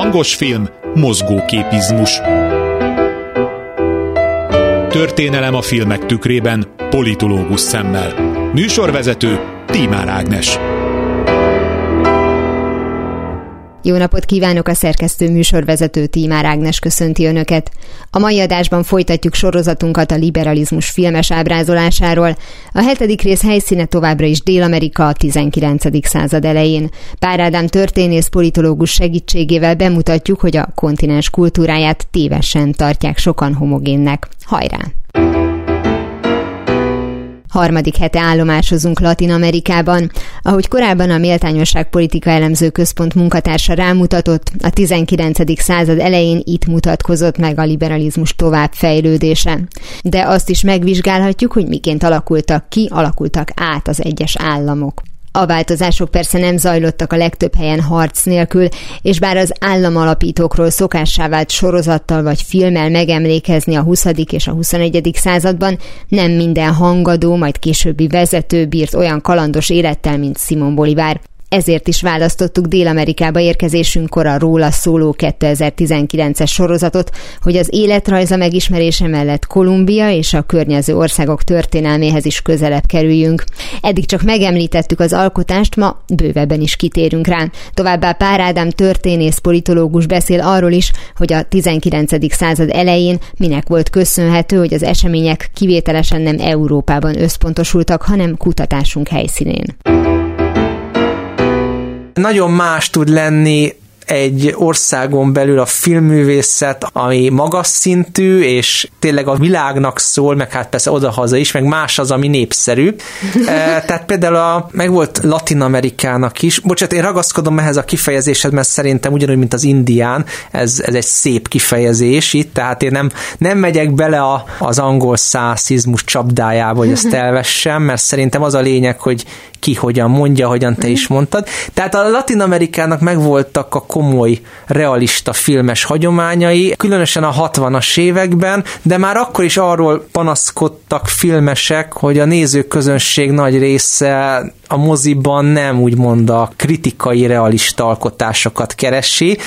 Hangos film, mozgóképizmus. Történelem a filmek tükrében, politológus szemmel. Műsorvezető Tímár Ágnes. Jó napot kívánok, a szerkesztő műsorvezető Tímár Ágnes köszönti Önöket. A mai adásban folytatjuk sorozatunkat a liberalizmus filmes ábrázolásáról. A 7. rész helyszíne továbbra is Dél-Amerika a 19. század elején. Pár Ádám történész politológus segítségével bemutatjuk, hogy a kontinens kultúráját tévesen tartják sokan homogénnek. Hajrá! Harmadik hete állomásozunk Latin-Amerikában. Ahogy korábban a Méltányosság Politika Elemző Központ munkatársa rámutatott, a 19. század elején itt mutatkozott meg a liberalizmus továbbfejlődése. De azt is megvizsgálhatjuk, hogy miként alakultak át az egyes államok. A változások persze nem zajlottak a legtöbb helyen harc nélkül, és bár az államalapítókról szokássá vált sorozattal vagy filmmel megemlékezni a 20. és a 21. században, nem minden hangadó, majd későbbi vezető bírt olyan kalandos élettel, mint Simón Bolívar. Ezért is választottuk Dél-Amerikába érkezésünkkor a róla szóló 2019-es sorozatot, hogy az életrajza megismerése mellett Kolumbia és a környező országok történelméhez is közelebb kerüljünk. Eddig csak megemlítettük az alkotást, ma bővebben is kitérünk rá. Továbbá Pár Ádám történész politológus beszél arról is, hogy a 19. század elején minek volt köszönhető, hogy az események kivételesen nem Európában összpontosultak, hanem kutatásunk helyszínén. Nagyon más tud lenni egy országon belül a filmművészet, ami magas szintű, és tényleg a világnak szól, meg hát persze odahaza is, meg más az, ami népszerű. Tehát például meg volt Latin Amerikának is. Bocsánat, én ragaszkodom ehhez a kifejezéshez, mert szerintem ugyanúgy, mint az indián, ez egy szép kifejezés itt, tehát én nem megyek bele az angol szászizmus csapdájába, hogy ezt elvessem, mert szerintem az a lényeg, hogy ki hogyan mondja, hogyan te is mondtad. Tehát a Latin Amerikának megvoltak a komoly realista filmes hagyományai, különösen a 60-as években, de már akkor is arról panaszkodtak filmesek, hogy a nézőközönség nagy része a moziban nem úgymond a kritikai realista alkotásokat keresi.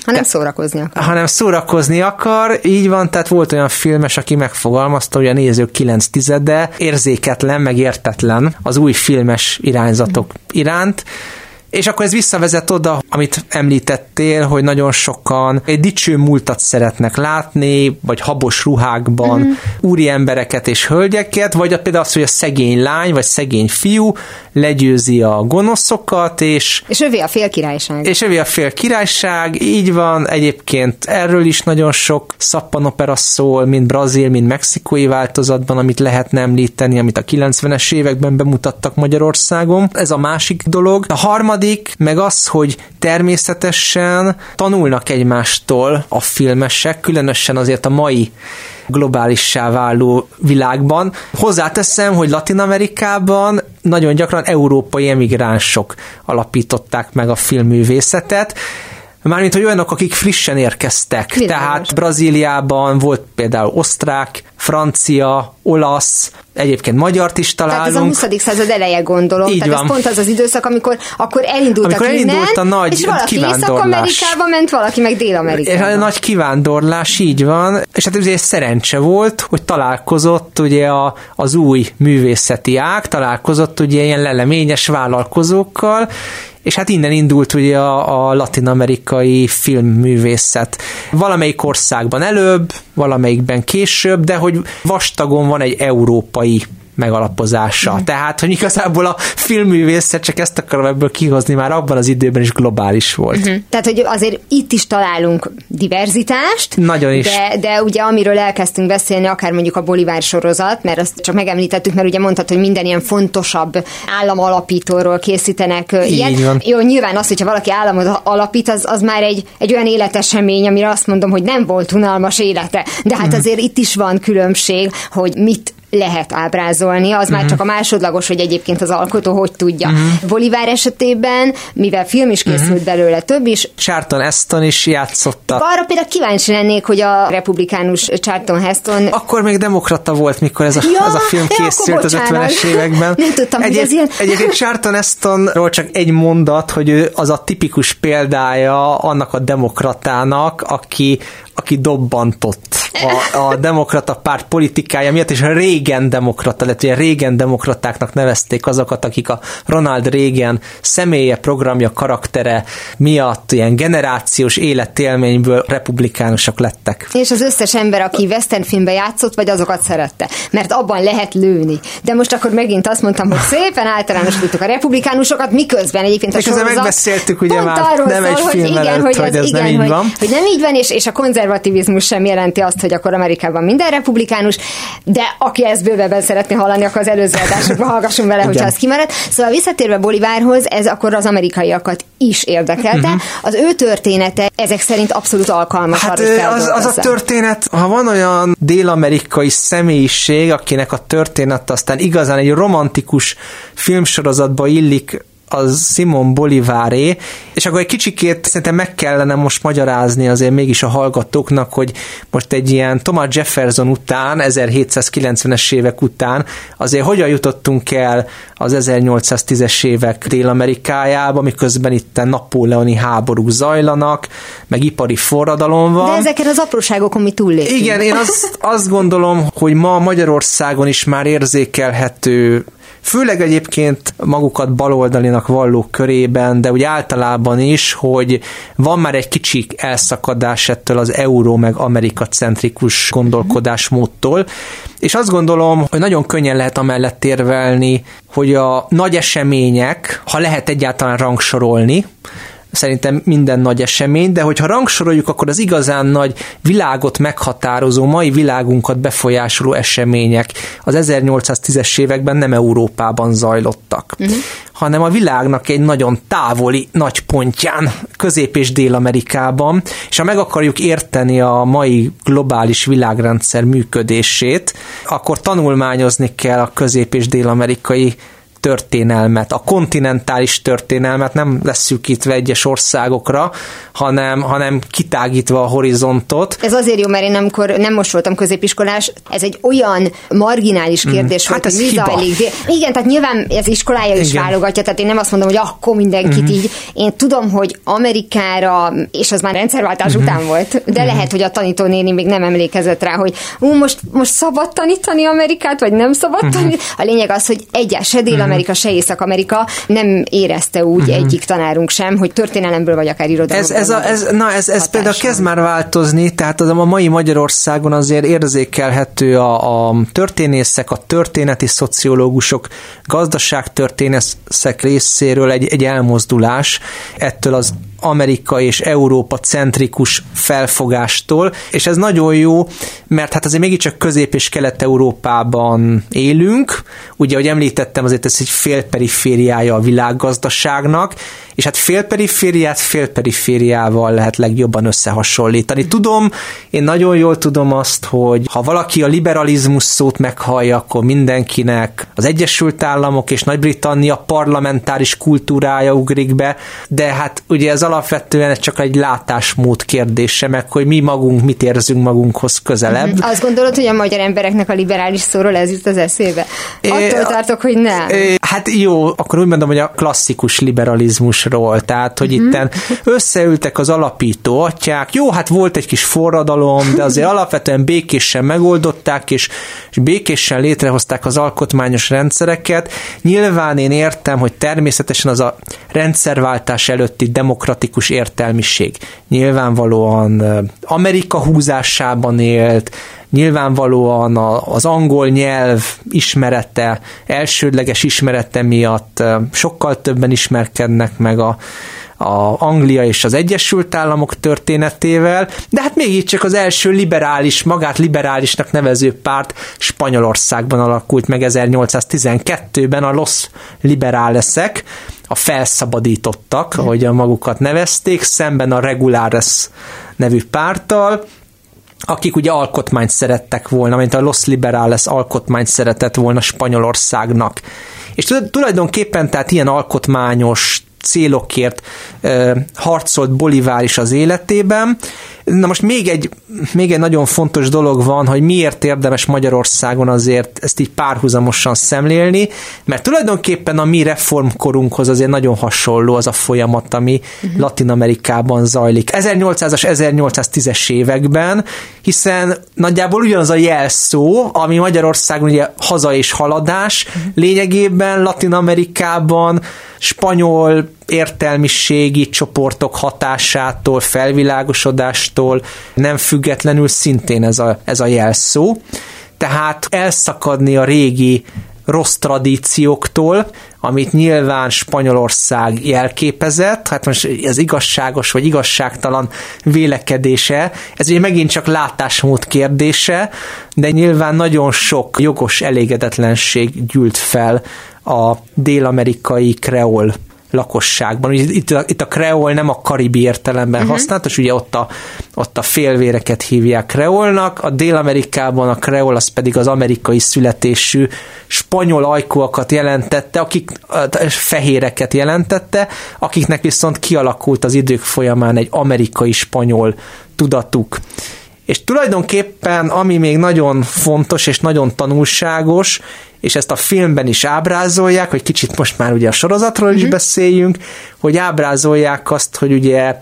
Hanem szórakozni akar. Így van, tehát volt olyan filmes, aki megfogalmazta, hogy a nézők 9/10 érzéketlen, meg értetlen az új filmes irányzatok iránt. És akkor ez visszavezet oda, amit említettél, hogy nagyon sokan egy dicső múltat szeretnek látni, vagy habos ruhákban úri embereket és hölgyeket, vagy például az, hogy a szegény lány, vagy szegény fiú legyőzi a gonoszokat, és övé a félkirályság. És övé a félkirályság, így van, egyébként erről is nagyon sok szappanopera szól, mind brazil, mind mexikói változatban, amit lehetne említeni, amit a 90-es években bemutattak Magyarországon. Ez a másik dolog. A harmadik meg az, hogy természetesen tanulnak egymástól a filmesek, különösen azért a mai globálissá váló világban. Hozzáteszem, hogy Latin-Amerikában nagyon gyakran európai emigránsok alapították meg a filmművészetet, mármint, hogy olyanok, akik frissen érkeztek. Tehát Brazíliában volt például osztrák, francia, olasz, egyébként magyart is találunk. Tehát ez a 20. század eleje, gondolom. Így tehát van. Ez pont az az időszak, amikor elindult a nagy és valaki kivándorlás. Észak-Amerikába ment, valaki meg Dél-Amerikába. A nagy kivándorlás, így van. És hát ugye szerencse volt, hogy találkozott ugye az új művészeti ág, találkozott ugye ilyen leleményes vállalkozókkal, és hát innen indult ugye a latin-amerikai filmművészet. Valamelyik országban előbb, valamelyikben később, de hogy vastagon van egy európai megalapozása. Tehát, hogy igazából a filmművészet, csak ezt akarom ebből kihozni, már abban az időben is globális volt. Tehát, hogy azért itt is találunk diverzitást. Nagyon is. De ugye amiről elkezdtünk beszélni, akár mondjuk a Bolívar sorozat, mert azt csak megemlítettük, mert ugye mondtad, hogy minden ilyen fontosabb államalapítóról készítenek ilyen. Jó, nyilván az, hogyha valaki államot alapít, az már egy olyan életesemény, amire azt mondom, hogy nem volt unalmas élete. De hát azért itt is van különbség, hogy mit lehet ábrázolni, az már csak a másodlagos, hogy egyébként az alkotó hogy tudja. Bolivár esetében, mivel film is készült belőle, több is. Charlton Heston is játszotta. Arra például kíváncsi lennék, hogy a republikánus Charlton Heston... Akkor még demokrata volt, mikor ez a film készült az 50-es években. Nem tudtam, hogy ez ilyen... Egyébként Charlton Hestonról csak egy mondat, hogy ő az a tipikus példája annak a demokratának, aki dobbantott a demokrata párt politikája miatt, és a Reagan demokrata lett, ugye Reagan demokratáknak nevezték azokat, akik a Ronald Reagan személye, programja, karaktere miatt ilyen generációs életélményből republikánusok lettek. És az összes ember, aki western filmben játszott, vagy azokat szerette, mert abban lehet lőni. De most akkor megint azt mondtam, hogy szépen általánosítottuk a republikánusokat, miközben egyébként a sorozat megbeszéltük, ugye már nem egy film előtt, hogy ez nem így van. Hogy nem így van, és a konzervativizmus sem jelenti azt, hogy akkor Amerikában minden republikánus, de aki ezt bővebben szeretné hallani, akkor az előző adásokban hallgassunk vele, hogyha az kimaradt. Szóval visszatérve Bolivárhoz, ez akkor az amerikaiakat is érdekelte. Az ő története ezek szerint abszolút alkalmas arra, hogy az a történet, ha van olyan dél-amerikai személyiség, akinek a történet aztán igazán egy romantikus filmsorozatba illik, az Simón Bolíváré, és akkor egy kicsikét szerintem meg kellene most magyarázni azért mégis a hallgatóknak, hogy most egy ilyen Thomas Jefferson után, 1790-es évek után azért hogyan jutottunk el az 1810-es évek Dél-Amerikájába, miközben itt napóleoni háborúk zajlanak, meg ipari forradalom van. De ezeken az apróságokon mi túllépünk. Igen, én azt gondolom, hogy ma Magyarországon is már érzékelhető, főleg egyébként magukat baloldalinak vallók körében, de úgy általában is, hogy van már egy kicsi elszakadás ettől az euró meg Amerika centrikus gondolkodásmódtól, és azt gondolom, hogy nagyon könnyen lehet amellett érvelni, hogy a nagy események, ha lehet egyáltalán rangsorolni, szerintem minden nagy esemény, de hogyha rangsoroljuk, akkor az igazán nagy világot meghatározó, mai világunkat befolyásoló események az 1810-es években nem Európában zajlottak, hanem a világnak egy nagyon távoli nagy pontján, Közép- és Dél-Amerikában, és ha meg akarjuk érteni a mai globális világrendszer működését, akkor tanulmányozni kell a közép- és dél-amerikai történelmet, a kontinentális történelmet, nem leszűkítve egyes országokra, hanem kitágítva a horizontot. Ez azért jó, mert én amikor nem most voltam középiskolás, ez egy olyan marginális kérdés volt, hogy mi zajlik. Igen, tehát nyilván ez iskolája is válogatja, tehát én nem azt mondom, hogy akkor mindenkit így. Én tudom, hogy Amerikára, és az már rendszerváltás után volt, de lehet, hogy a tanítónéni még nem emlékezett rá, hogy most szabad tanítani Amerikát, vagy nem szabad tanítani. A lényeg az, hogy se Dél-Amerika, se Észak-Amerika nem érezte úgy egyik tanárunk sem, hogy történelemből vagy akár irodalomból. Ez például kezd már változni, tehát a mai Magyarországon azért érzékelhető a történészek, a történeti szociológusok, gazdaságtörténészek részéről egy elmozdulás ettől az Amerika és Európa centrikus felfogástól, és ez nagyon jó, mert hát azért mégiscsak Közép- és Kelet-Európában élünk, ugye, ahogy említettem, azért ez egy félperifériája a világgazdaságnak, és hát félperifériával lehet legjobban összehasonlítani. Én nagyon jól tudom azt, hogy ha valaki a liberalizmus szót meghallja, akkor mindenkinek az Egyesült Államok és Nagy-Britannia parlamentáris kultúrája ugrik be, de hát ugye ez alapvetően csak egy látásmód kérdése, meg hogy mi magunk mit érzünk magunkhoz közelebb. Azt gondolod, hogy a magyar embereknek a liberális szóról ez jut az eszébe? Attól tartok, hogy nem. Hát jó, akkor úgy mondom, hogy a klasszikus liberalizmusról, tehát, hogy itten összeültek az alapító atyák, jó, hát volt egy kis forradalom, de azért alapvetően békésen megoldották, és békésen létrehozták az alkotmányos rendszereket. Nyilván én értem, hogy természetesen az a rendszerváltás előtti demokratikus értelmiség nyilvánvalóan Amerika húzásában élt, nyilvánvalóan az angol nyelv ismerete, elsődleges ismerete miatt sokkal többen ismerkednek meg a Anglia és az Egyesült Államok történetével, de hát mégiscsak az első liberális, magát liberálisnak nevező párt Spanyolországban alakult meg 1812-ben, a Los Liberalesek, a felszabadítottak, ahogyan magukat nevezték, szemben a Regulares nevű párttal, akik ugye alkotmányt szerettek volna, mint a Los Liberales alkotmányt szeretett volna Spanyolországnak. És tulajdonképpen tehát ilyen alkotmányos célokért harcolt Bolivár is az életében. Na most még egy nagyon fontos dolog van, hogy miért érdemes Magyarországon azért ezt így párhuzamosan szemlélni, mert tulajdonképpen a mi reformkorunkhoz azért nagyon hasonló az a folyamat, ami Latin-Amerikában zajlik. 1800-as, 1810-es években, hiszen nagyjából ugyanaz a jelszó, ami Magyarországon ugye haza és haladás, lényegében Latin-Amerikában spanyol értelmiségi csoportok hatásától, felvilágosodástól nem függetlenül szintén ez a jelszó. Tehát elszakadni a régi rossz tradícióktól, amit nyilván Spanyolország jelképezett, hát most az igazságos vagy igazságtalan vélekedése, ez ugye megint csak látásmód kérdése, de nyilván nagyon sok jogos elégedetlenség gyűlt fel a dél-amerikai kreol lakosságban. Itt a kreol nem a karibi értelemben használatos, ugye ott a félvéreket hívják kreolnak, a Dél-Amerikában a kreol az pedig az amerikai születésű spanyol ajkúakat jelentette, akik fehéreket jelentette, akiknek viszont kialakult az idők folyamán egy amerikai-spanyol tudatuk. És tulajdonképpen, ami még nagyon fontos és nagyon tanulságos, és ezt a filmben is ábrázolják, hogy kicsit most már ugye a sorozatról is beszéljünk, hogy ábrázolják azt, hogy ugye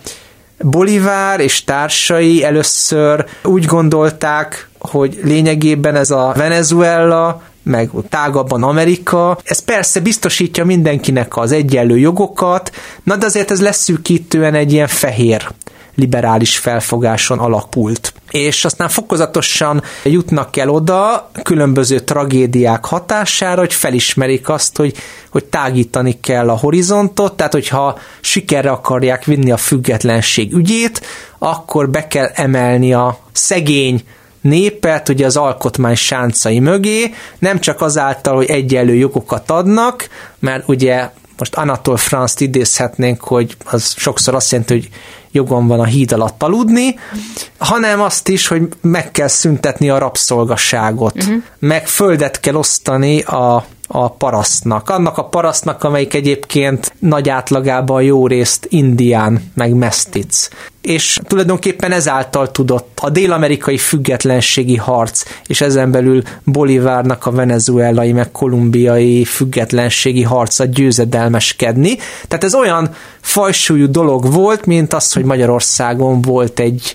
Bolivár és társai először úgy gondolták, hogy lényegében ez a Venezuela, meg tágabban Amerika, ez persze biztosítja mindenkinek az egyenlő jogokat, na de azért ez leszűkítően egy ilyen fehér liberális felfogáson alapult. És aztán fokozatosan jutnak el oda különböző tragédiák hatására, hogy felismerik azt, hogy tágítani kell a horizontot, tehát hogyha sikerre akarják vinni a függetlenség ügyét, akkor be kell emelni a szegény népet ugye az alkotmány sáncai mögé, nem csak azáltal, hogy egyenlő jogokat adnak, mert ugye most Anatole France-t idézhetnénk, hogy az sokszor azt jelenti, hogy jogom van a híd alatt aludni, hanem azt is, hogy meg kell szüntetni a rabszolgaságot, meg földet kell osztani a parasztnak. Annak a parasztnak, amelyik egyébként nagy átlagában jó részt indián, meg mesztic. És tulajdonképpen ezáltal tudott a dél-amerikai függetlenségi harc, és ezen belül Bolivárnak a venezuelai, meg kolumbiai függetlenségi harca győzedelmeskedni. Tehát ez olyan fajsúlyú dolog volt, mint az, hogy Magyarországon volt egy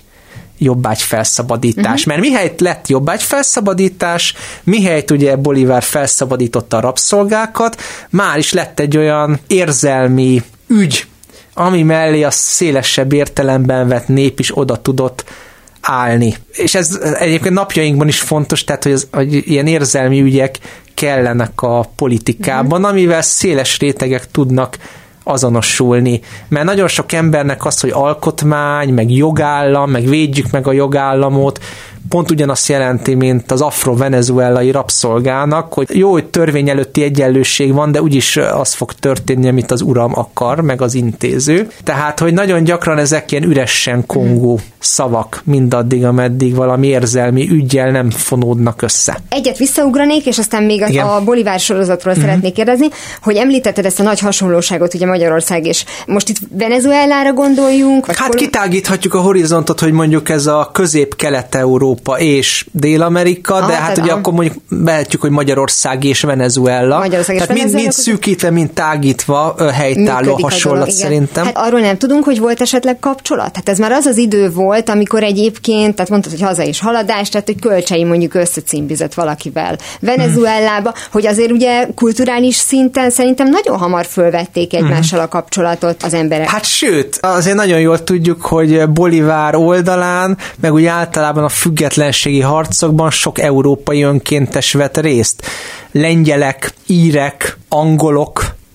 jobbágyfelszabadítás. Mert mihelyt lett jobbágyfelszabadítás, mihelyt ugye Bolivár felszabadította a rabszolgákat, már is lett egy olyan érzelmi ügy, ami mellé a szélesebb értelemben vett nép is oda tudott állni. És ez egyébként napjainkban is fontos, tehát hogy ilyen érzelmi ügyek kellenek a politikában, amivel széles rétegek tudnak azonosulni. Mert nagyon sok embernek az, hogy alkotmány, meg jogállam, meg védjük meg a jogállamot, pont ugyanazt jelenti, mint az afro-venezuelai rabszolgának, hogy jó, hogy törvény előtti egyenlőség van, de úgyis az fog történni, amit az uram akar, meg az intéző. Tehát, hogy nagyon gyakran ezek ilyen üresen kongó szavak, mindaddig, ameddig valami érzelmi üggyel nem fonódnak össze. Egyet visszaugranék, és aztán még a Bolivár sorozatról szeretnék kérdezni, hogy említetted ezt a nagy hasonlóságot, ugye Magyarország, és most itt Venezuelára gondoljunk? Hát kitágíthatjuk a horizontot, hogy mondjuk ez a közép-kelet-Európa és Dél-Amerika, de hát ugye akkor mondjuk vehetjük, hogy Magyarország és Venezuela. Tehát mind szűkítve, mind tágítva helytálló hasonlat szerintem. Hát arról nem tudunk, hogy volt esetleg kapcsolat? Hát ez már az idő volt, amikor egyébként, tehát mondtad, hogy haza is haladás, tehát hogy Kölcsei mondjuk összecímbizett valakivel Venezuelába, hogy azért ugye kulturális szinten szerintem nagyon hamar fölvették egymással a kapcsolatot az emberek. Hát sőt, azért nagyon jól tudjuk, hogy Bolivár oldalán, meg úgy általában a függetlenségi harcokban sok európai önkéntes vett részt. Lengyelek, írek, angolok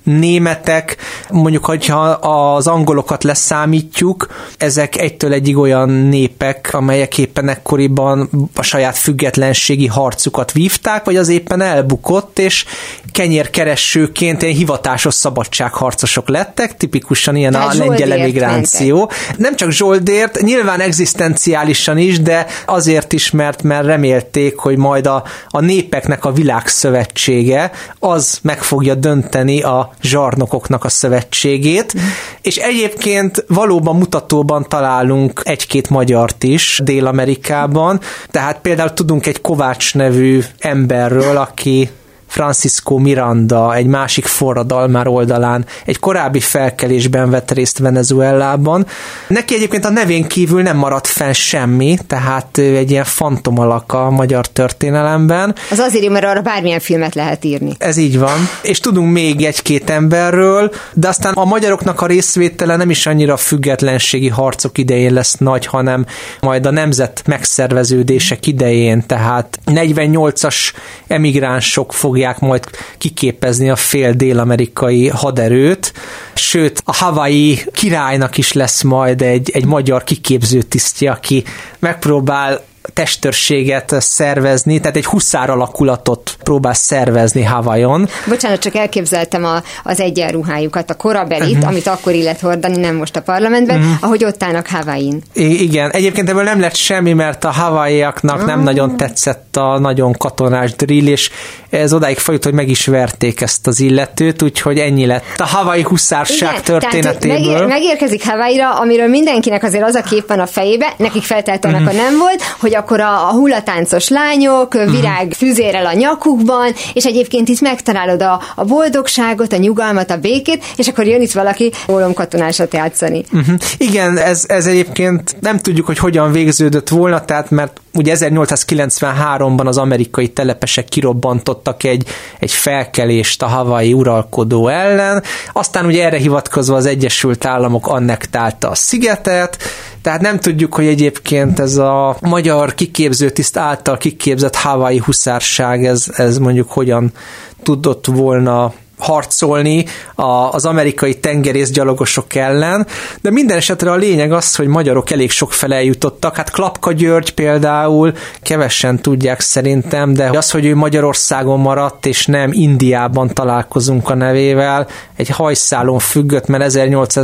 németek, mondjuk, hogyha az angolokat leszámítjuk, ezek egytől egyig olyan népek, amelyek éppen ekkoriban a saját függetlenségi harcukat vívták, vagy az éppen elbukott, és kenyérkeresőként ilyen hivatásos szabadságharcosok lettek, tipikusan ilyen a lengyel emigráció. Nem csak zsoldért, nyilván egzisztenciálisan is, de azért is, mert remélték, hogy majd a népeknek a világszövetsége az meg fogja dönteni a zsarnokoknak a szövetségét, és egyébként valóban mutatóban találunk egy-két magyart is Dél-Amerikában, tehát például tudunk egy Kovács nevű emberről, aki Francisco Miranda, egy másik forradalmár oldalán egy korábbi felkelésben vett részt Venezuelában. Neki egyébként a nevén kívül nem maradt fenn semmi, tehát ő egy ilyen fantomalak a magyar történelemben. Az azért, mert arra bármilyen filmet lehet írni. Ez így van. És tudunk még egy-két emberről, de aztán a magyaroknak a részvétele nem is annyira a függetlenségi harcok idején lesz nagy, hanem majd a nemzet megszerveződések idején, tehát 48-as emigránsok fogják majd kiképezni a fél dél-amerikai haderőt, sőt a Hawaii királynak is lesz majd egy magyar kiképző tisztje, aki megpróbál testőrséget szervezni, tehát egy huszár alakulatot próbál szervezni Hawaiion. Bocsánat, csak elképzeltem az egyenruhájukat, a korabelit, amit akkor illet hordani, nem most a parlamentben, ahogy ott állnak Hawaiin. Igen, egyébként ebből nem lett semmi, mert a hawaiiaknak nem nagyon tetszett a nagyon katonás drill, és ez odáig folyt, hogy meg is verték ezt az illetőt, úgyhogy ennyi lett a Hawaii huszárság történetéből. Megérkezik Hawaii-ra, amiről mindenkinek azért az a kép van a fejébe, nekik feltétlenül nem volt, hogy akkor a hullatáncos lányok virág füzérrel a nyakukban, és egyébként itt megtalálod a boldogságot, a nyugalmat, a békét, és akkor jön itt valaki ólomkatonásat játszani. Igen, ez egyébként nem tudjuk, hogy hogyan végződött volna, tehát mert ugye 1893-ban az amerikai telepesek kirobbantottak egy felkelést a Hawaii uralkodó ellen, aztán ugye erre hivatkozva az Egyesült Államok annektálta a szigetet, tehát nem tudjuk, hogy egyébként ez a magyar kiképzőtiszt által kiképzett Hawaii huszárság, ez mondjuk hogyan tudott volna harcolni az amerikai tengerészgyalogosok ellen, de minden esetre a lényeg az, hogy magyarok elég sokfele eljutottak. Hát Klapka György például, kevesen tudják szerintem, de az, hogy ő Magyarországon maradt, és nem Indiában találkozunk a nevével, egy hajszálon függött, mert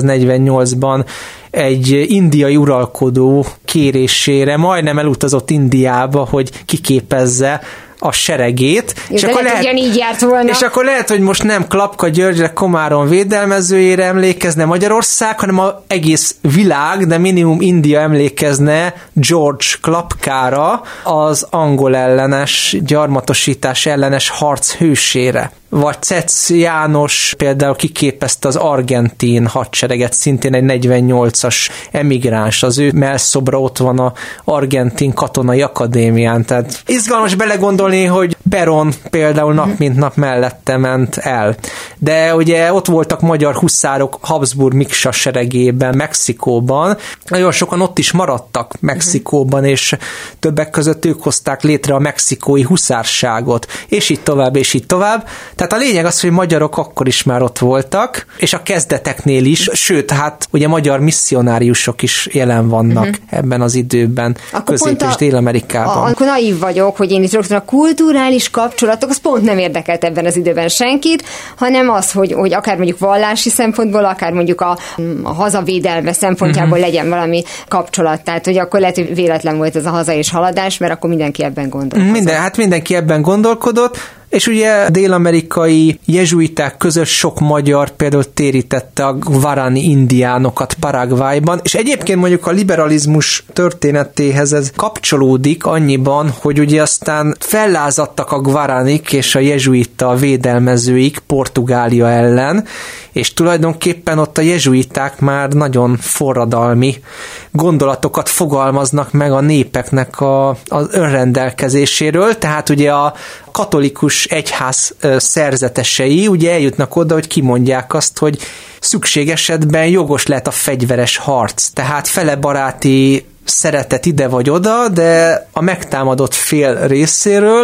1848-ban egy indiai uralkodó kérésére majdnem elutazott Indiába, hogy kiképezze a seregét. És akkor ugyanígy járt volna. És akkor lehet, hogy most nem Klapka Györgyre, Komárom védelmezőjére emlékezne Magyarország, hanem az egész világ, de minimum India emlékezne George Klapkára, az angol ellenes, gyarmatosítás ellenes harc hősére. Vagy Cetsz János például kiképezte az argentin hadsereget, szintén egy 48-as emigráns, az ő mellszobra ott van az argentin katonai akadémián, tehát izgalmas belegondolni, hogy Perón például nap mint nap mellette ment el. De ugye ott voltak magyar huszárok Habsburg Miksa seregében, Mexikóban, nagyon sokan ott is maradtak Mexikóban, és többek között ők hozták létre a mexikói huszárságot, és így tovább, és így tovább. Tehát a lényeg az, hogy magyarok akkor is már ott voltak, és a kezdeteknél is, sőt, hát ugye magyar misszionáriusok is jelen vannak ebben az időben, Közép- és Dél-Amerikában. Akkor naív vagyok, hogy én itt rögtön a kulturális kapcsolatok, az pont nem érdekelt ebben az időben senkit, hanem az, hogy akár mondjuk vallási szempontból, akár mondjuk a hazavédelme szempontjából legyen valami kapcsolat. Tehát, hogy akkor lehet, hogy véletlen volt ez a haza és haladás, mert akkor mindenki ebben gondolkozott. Mindenki ebben gondolkodott, és ugye dél-amerikai jezsuiták között sok magyar például térítette a guarani indiánokat Paraguayban, és egyébként mondjuk a liberalizmus történetéhez ez kapcsolódik annyiban, hogy ugye aztán fellázadtak a guaranik és a jezsuita védelmezőik Portugália ellen, és tulajdonképpen ott a jezsuiták már nagyon forradalmi gondolatokat fogalmaznak meg a népeknek az önrendelkezéséről, tehát ugye a katolikus egyház szerzetesei ugye eljutnak oda, hogy kimondják azt, hogy szükség esetben jogos lehet a fegyveres harc, tehát felebaráti szeretet ide vagy oda, de a megtámadott fél részéről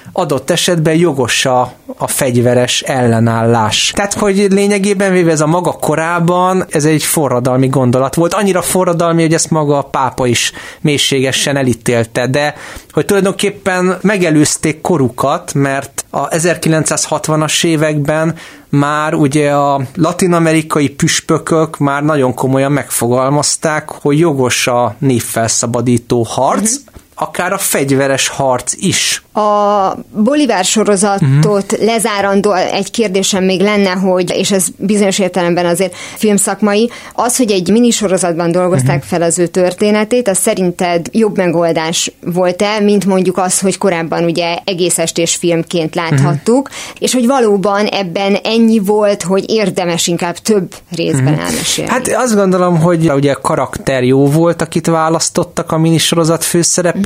adott esetben jogos a fegyveres ellenállás. Tehát, hogy lényegében véve ez a maga korában, ez egy forradalmi gondolat volt. Annyira forradalmi, hogy ezt maga a pápa is mélységesen elítélte, de hogy tulajdonképpen megelőzték korukat, mert a 1960-as években már ugye a latin-amerikai püspökök már nagyon komolyan megfogalmazták, hogy jogos a népfelszabadító harc, akár a fegyveres harc is. A Bolivár sorozatot lezárandó egy kérdésem még lenne, hogy, és ez bizonyos értelemben azért filmszakmai, az, hogy egy minisorozatban dolgozták fel az ő történetét, az szerinted jobb megoldás volt-e, mint mondjuk az, hogy korábban ugye egész estés filmként láthattuk, és hogy valóban ebben ennyi volt, hogy érdemes inkább több részben elmesélni. Hát azt gondolom, hogy ugye a karakter jó volt, akit választottak a minisorozat főszerepére,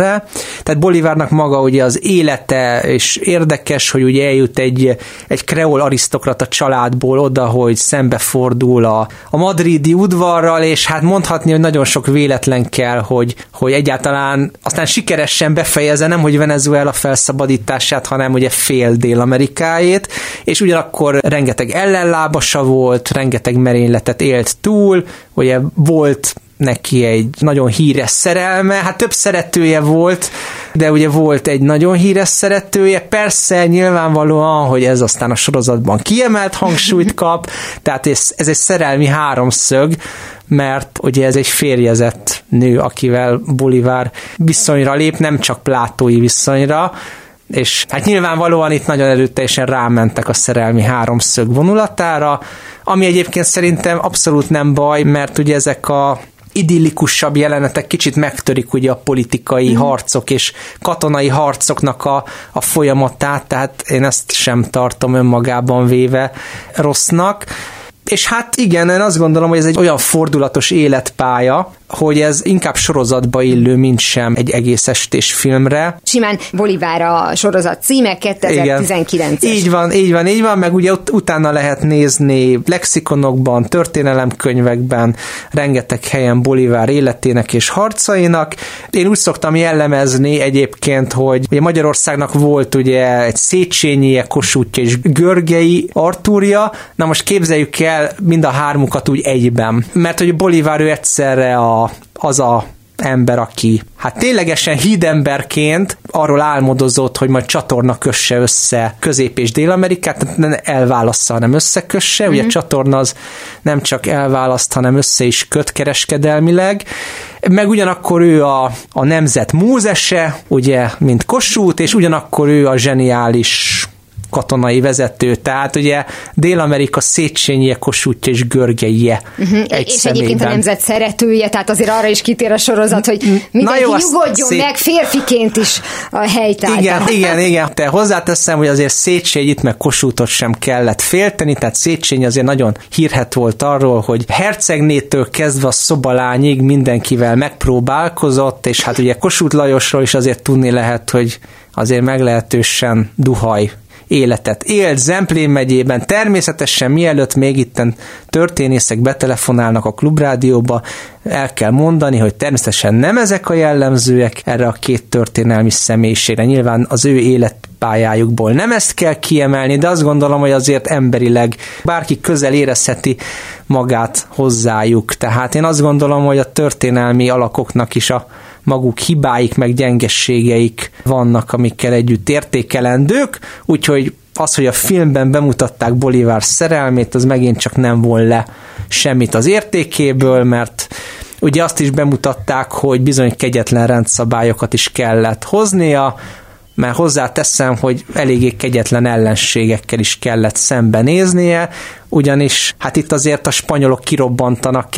tehát Bolivárnak maga ugye az élete, és érdekes, hogy ugye eljut egy kreol arisztokrata családból oda, hogy szembefordul a madridi udvarral, és hát mondhatni, hogy nagyon sok véletlen kell, hogy egyáltalán aztán sikeresen befejezze, nem hogy Venezuela felszabadítását, hanem ugye fél Dél-Amerikáét, és ugyanakkor rengeteg ellenlábasa volt, rengeteg merényletet élt túl, ugye volt neki egy nagyon híres szerelme, hát több szeretője volt, de ugye volt egy nagyon híres szeretője, persze nyilvánvalóan, hogy ez aztán a sorozatban kiemelt hangsúlyt kap, tehát ez egy szerelmi háromszög, mert ugye ez egy férjezett nő, akivel Bolivár viszonyra lép, nem csak plátói viszonyra, és hát nyilvánvalóan itt nagyon erőteljesen rámentek a szerelmi háromszög vonulatára, ami egyébként szerintem abszolút nem baj, mert ugye ezek a idillikusabb jelenetek kicsit megtörik ugye a politikai harcok és katonai harcoknak a folyamatát, tehát én ezt sem tartom önmagában véve rossznak. És hát igen, én azt gondolom, hogy ez egy olyan fordulatos életpálya, hogy ez inkább sorozatba illő, mint sem egy egész estés filmre. Simán Bolivár a sorozat címe, 2019-es. Így van, meg ugye utána lehet nézni lexikonokban, történelemkönyvekben, rengeteg helyen Bolivár életének és harcainak. Én úgy szoktam jellemezni egyébként, hogy ugye Magyarországnak volt ugye egy Széchenyije, Kossuthja és Görgei Artúrja, na most képzeljük el mind a hármukat úgy egyben. Mert hogy Bolivár ő egyszerre az a ember, aki hát ténylegesen hídemberként arról álmodozott, hogy majd csatorna kösse össze Közép- és Dél-Amerikát, nem elválassza, hanem összekösse. Ugye a csatorna az nem csak elválaszt, hanem össze is köt kereskedelmileg. Meg ugyanakkor ő a nemzet Mózese, ugye, mint Kossuth, és ugyanakkor ő a zseniális katonai vezető, tehát ugye Dél-Amerika Széchenyije, Kossuthja és Görgeije egy és személyben. Egyébként a nemzet szeretője, tehát azért arra is kitér a sorozat, hogy mindenki nyugodjon meg férfiként is a helytállta. Igen. Te hozzáteszem, hogy azért Széchenyit meg Kossuthot sem kellett félteni, tehát Széchenyi azért nagyon hírhedt volt arról, hogy hercegnétől kezdve a szobalányig mindenkivel megpróbálkozott, és hát ugye Kossuth Lajosról is azért tudni lehet, hogy azért meglehetősen duhaj életet élt Zemplén megyében. Természetesen mielőtt még itten történészek betelefonálnak a Klubrádióba, el kell mondani, hogy természetesen nem ezek a jellemzőek erre a két történelmi személyiségre. Nyilván az ő életpályájukból nem ezt kell kiemelni, de azt gondolom, hogy azért emberileg bárki közel érezheti magát hozzájuk. Tehát én azt gondolom, hogy a történelmi alakoknak is a maguk hibáik, meg gyengességeik vannak, amikkel együtt értékelendők, úgyhogy az, hogy a filmben bemutatták Bolivár szerelmét, az megint csak nem von le semmit az értékéből, mert ugye azt is bemutatták, hogy bizony kegyetlen rendszabályokat is kellett hoznia, mert hozzáteszem, hogy eléggé kegyetlen ellenségekkel is kellett szembenéznie, ugyanis hát itt azért a spanyolok kirobbantanak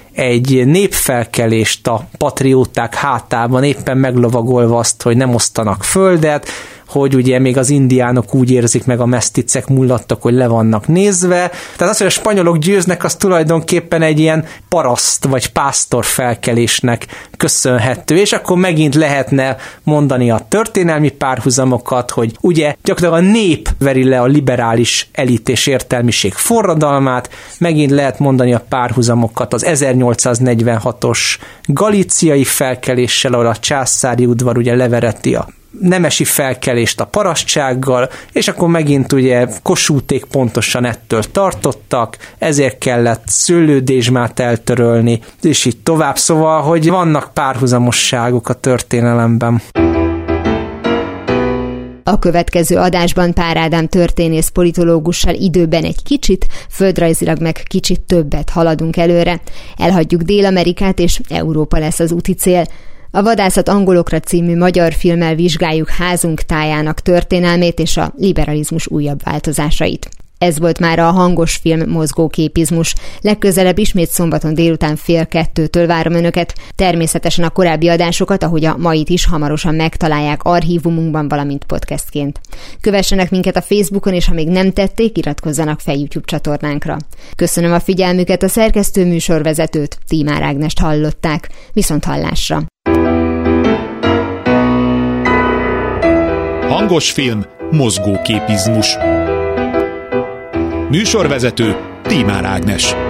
egy népfelkelést a patrióták hátában, éppen meglovagolva azt, hogy nem osztanak földet, hogy ugye még az indiánok úgy érzik, meg a meszticek mullattak, hogy le vannak nézve. Tehát az, hogy a spanyolok győznek, az tulajdonképpen egy ilyen paraszt vagy pásztor felkelésnek köszönhető, és akkor megint lehetne mondani a történelmi párhuzamokat, hogy ugye gyakorlatilag a nép veri le a liberális elit és értelmiség forradalmát, megint lehet mondani a párhuzamokat az 1846-os galíciai felkeléssel, ahol a császári udvar ugye levereti a nemesi felkelést a parasztsággal, és akkor megint ugye Kossuthték pontosan ettől tartottak, ezért kellett szőlődésmát eltörölni, és így tovább. Szóval, hogy vannak párhuzamosságok a történelemben. A következő adásban Pár Ádám történész politológussal időben egy kicsit, földrajzilag meg kicsit többet haladunk előre. Elhagyjuk Dél-Amerikát, és Európa lesz az úti cél. A Vadászat angolokra című magyar filmmel vizsgáljuk házunk tájának történelmét és a liberalizmus újabb változásait. Ez volt már a Hangos Film mozgóképizmus. Legközelebb ismét szombaton délután 1:30 várom Önöket. Természetesen a korábbi adásokat, ahogy a mait is, hamarosan megtalálják archívumunkban, valamint podcastként. Kövessenek minket a Facebookon, és ha még nem tették, iratkozzanak fel YouTube csatornánkra. Köszönöm a figyelmüket, a szerkesztő műsorvezetőt, Tímár Ágnest hallották. Viszonthallásra! Hangos Film mozgóképizmus. Műsorvezető Tímár Ágnes.